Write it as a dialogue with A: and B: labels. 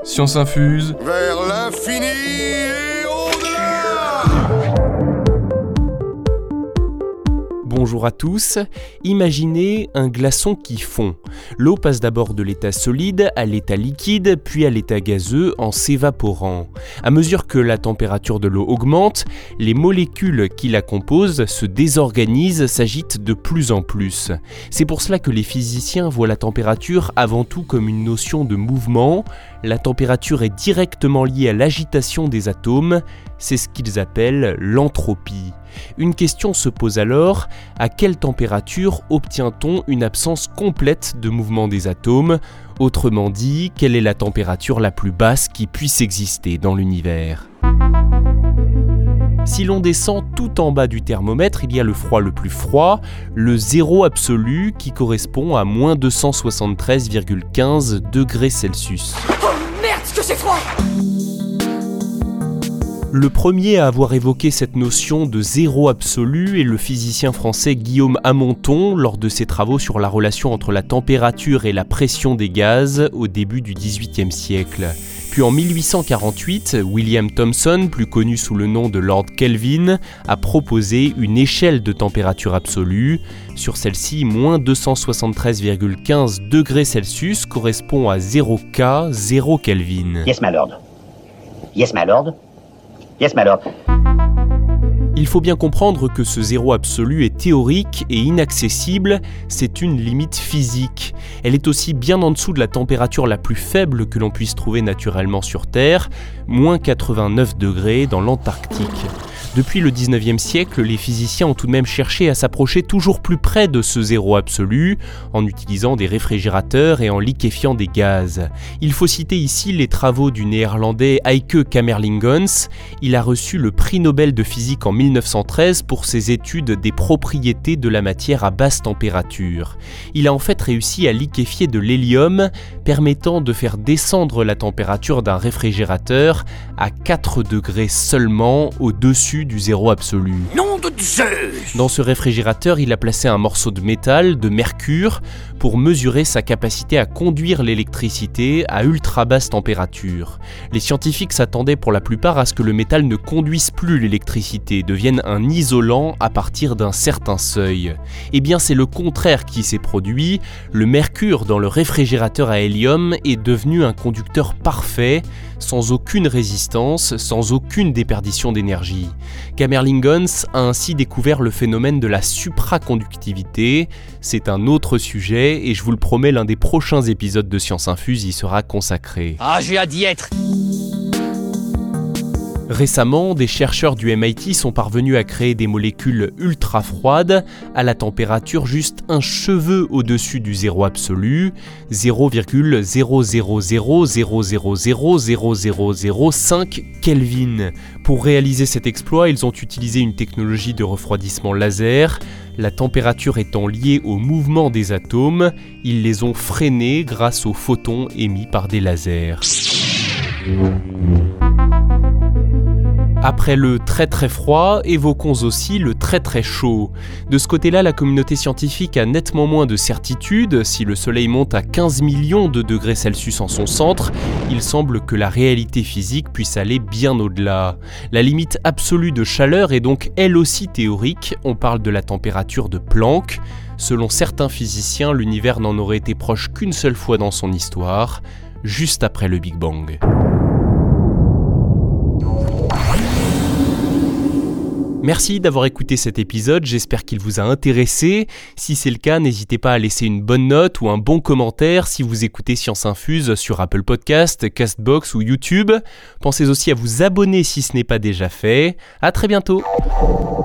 A: Science infuse.
B: Vers l'infini et au-delà.
C: Bonjour à tous. Imaginez un glaçon qui fond. L'eau passe d'abord de l'état solide à l'état liquide, puis à l'état gazeux en s'évaporant. À mesure que la température de l'eau augmente, les molécules qui la composent se désorganisent, s'agitent de plus en plus. C'est pour cela que les physiciens voient la température avant tout comme une notion de mouvement. La température est directement liée à l'agitation des atomes, c'est ce qu'ils appellent l'entropie. Une question se pose alors, à quelle température obtient-on une absence complète de mouvement des atomes ? Autrement dit, quelle est la température la plus basse qui puisse exister dans l'univers ? Si l'on descend tout en bas du thermomètre, il y a le froid le plus froid, le zéro absolu qui correspond à moins 273,15 degrés Celsius.
D: Oh merde, que c'est froid!
C: Le premier à avoir évoqué cette notion de zéro absolu est le physicien français Guillaume Amonton lors de ses travaux sur la relation entre la température et la pression des gaz au début du XVIIIe siècle. Puis en 1848, William Thomson, plus connu sous le nom de Lord Kelvin, a proposé une échelle de température absolue. Sur celle-ci, moins 273,15 degrés Celsius correspond à 0 K, 0 Kelvin.
E: Yes, my lord. Yes, my lord. Yes, my lord.
C: Il faut bien comprendre que ce zéro absolu est théorique et inaccessible, c'est une limite physique. Elle est aussi bien en dessous de la température la plus faible que l'on puisse trouver naturellement sur Terre, moins 89 degrés dans l'Antarctique. Depuis le 19e siècle, les physiciens ont tout de même cherché à s'approcher toujours plus près de ce zéro absolu, en utilisant des réfrigérateurs et en liquéfiant des gaz. Il faut citer ici les travaux du néerlandais Heike Kamerlingons. Il a reçu le prix Nobel de physique en 1913 pour ses études des propriétés de la matière à basse température. Il a en fait réussi à liquéfier de l'hélium, permettant de faire descendre la température d'un réfrigérateur à 4 degrés seulement au-dessus du zéro absolu.
D: Nom de Zeus!
C: Dans ce réfrigérateur, il a placé un morceau de métal, de mercure, pour mesurer sa capacité à conduire l'électricité à ultra basse température. Les scientifiques s'attendaient pour la plupart à ce que le métal ne conduise plus l'électricité, devienne un isolant à partir d'un certain seuil. Eh bien, c'est le contraire qui s'est produit. Le mercure dans le réfrigérateur à hélium est devenu un conducteur parfait, sans aucune résistance, sans aucune déperdition d'énergie. Kamerlingons a ainsi découvert le phénomène de la supraconductivité. C'est un autre sujet et je vous le promets, l'un des prochains épisodes de Science Infuse y sera consacré.
D: Ah, j'ai hâte d'y être!
C: Récemment, des chercheurs du MIT sont parvenus à créer des molécules ultra froides à la température juste un cheveu au-dessus du zéro absolu, 0,000000005 Kelvin. Pour réaliser cet exploit, ils ont utilisé une technologie de refroidissement laser. La température étant liée au mouvement des atomes, ils les ont freinés grâce aux photons émis par des lasers. Après le très très froid, évoquons aussi le très très chaud. De ce côté-là, la communauté scientifique a nettement moins de certitude. Si le soleil monte à 15 millions de degrés Celsius en son centre, il semble que la réalité physique puisse aller bien au-delà. La limite absolue de chaleur est donc elle aussi théorique, on parle de la température de Planck. Selon certains physiciens, l'univers n'en aurait été proche qu'une seule fois dans son histoire, juste après le Big Bang. Merci d'avoir écouté cet épisode, j'espère qu'il vous a intéressé. Si c'est le cas, n'hésitez pas à laisser une bonne note ou un bon commentaire si vous écoutez Science Infuse sur Apple Podcast, Castbox ou YouTube. Pensez aussi à vous abonner si ce n'est pas déjà fait. À très bientôt.